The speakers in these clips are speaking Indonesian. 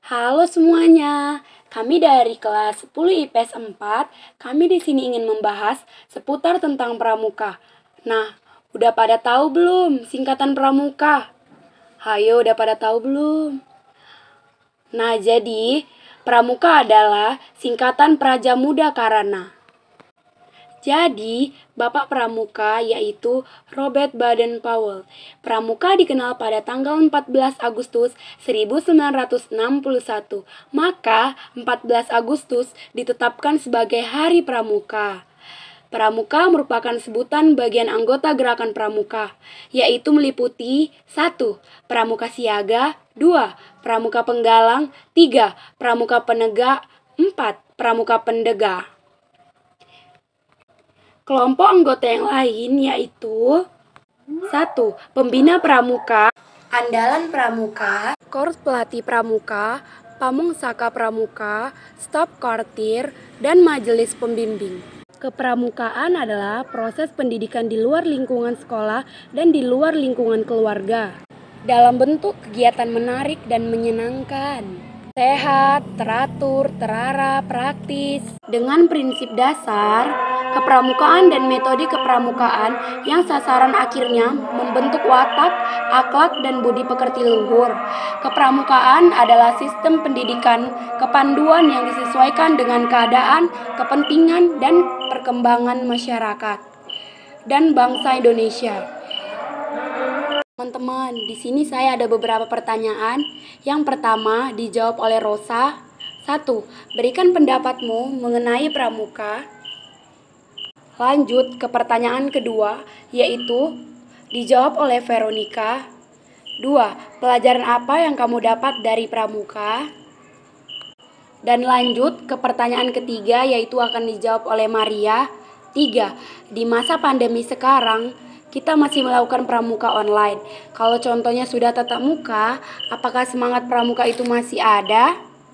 Halo semuanya, kami dari kelas 10 IPS 4, kami di sini ingin membahas seputar tentang pramuka. Nah, udah pada tahu belum singkatan pramuka? Hayo, udah pada tahu belum? Nah, jadi pramuka adalah singkatan Praja Muda Karana. Jadi, Bapak Pramuka yaitu Robert Baden-Powell. Pramuka dikenal pada tanggal 14 Agustus 1961. Maka, 14 Agustus ditetapkan sebagai Hari Pramuka. Pramuka merupakan sebutan bagian anggota gerakan pramuka, yaitu meliputi 1. Pramuka siaga, 2. Pramuka penggalang, 3. Pramuka penegak, 4. Pramuka pendega. Kelompok anggota yang lain yaitu 1. Pembina pramuka, andalan pramuka, korps pelatih pramuka, pamong saka pramuka, staf kortir, dan majelis pembimbing. Kepramukaan adalah proses pendidikan di luar lingkungan sekolah dan di luar lingkungan keluarga, dalam bentuk kegiatan menarik dan menyenangkan, sehat, teratur, terarah, praktis, dengan prinsip dasar kepramukaan dan metode kepramukaan yang sasaran akhirnya membentuk watak, akhlak, dan budi pekerti luhur. Kepramukaan adalah sistem pendidikan kepanduan yang disesuaikan dengan keadaan, kepentingan, dan perkembangan masyarakat dan bangsa Indonesia. Teman-teman, di sini saya ada beberapa pertanyaan. Yang pertama dijawab oleh Rosa. 1. Berikan pendapatmu mengenai pramuka. Lanjut ke pertanyaan kedua, yaitu dijawab oleh Veronica. 2. Pelajaran apa yang kamu dapat dari pramuka? Dan lanjut ke pertanyaan ketiga, yaitu akan dijawab oleh Maria. 3. Di masa pandemi sekarang, kita masih melakukan pramuka online. Kalau contohnya sudah tatap muka, apakah semangat pramuka itu masih ada?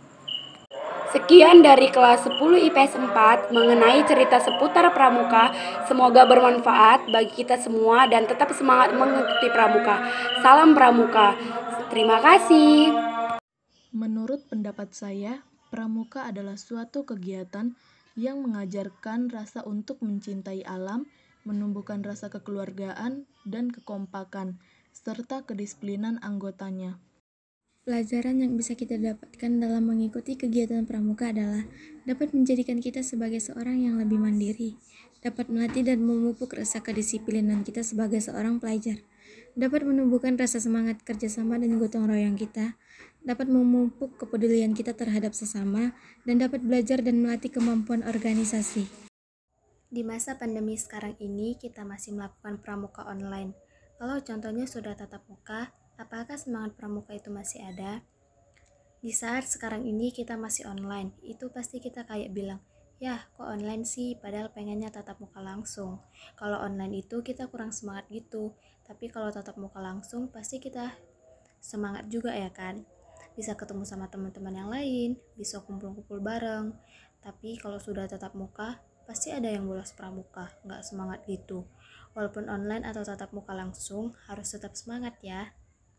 Sekian dari kelas 10 IPS 4 mengenai cerita seputar pramuka. Semoga bermanfaat bagi kita semua dan tetap semangat mengikuti pramuka. Salam pramuka. Terima kasih. Menurut pendapat saya, pramuka adalah suatu kegiatan yang mengajarkan rasa untuk mencintai alam, menumbuhkan rasa kekeluargaan dan kekompakan, serta kedisiplinan anggotanya. Pelajaran yang bisa kita dapatkan dalam mengikuti kegiatan pramuka adalah dapat menjadikan kita sebagai seorang yang lebih mandiri, dapat melatih dan memupuk rasa kedisiplinan kita sebagai seorang pelajar, dapat menumbuhkan rasa semangat kerjasama dan gotong royong kita, dapat memupuk kepedulian kita terhadap sesama, dan dapat belajar dan melatih kemampuan organisasi. Di masa pandemi sekarang ini, kita masih melakukan pramuka online. Kalau contohnya sudah tatap muka, apakah semangat pramuka itu masih ada? Di saat sekarang ini kita masih online, itu pasti kita kayak bilang, "Yah, kok online sih? Padahal pengennya tatap muka langsung." Kalau online itu kita kurang semangat gitu, tapi kalau tatap muka langsung pasti kita semangat juga ya kan? Bisa ketemu sama teman-teman yang lain, bisa kumpul-kumpul bareng. Tapi kalau sudah tatap muka, pasti ada yang bolos pramuka, nggak semangat gitu. Walaupun online atau tatap muka langsung, harus tetap semangat ya.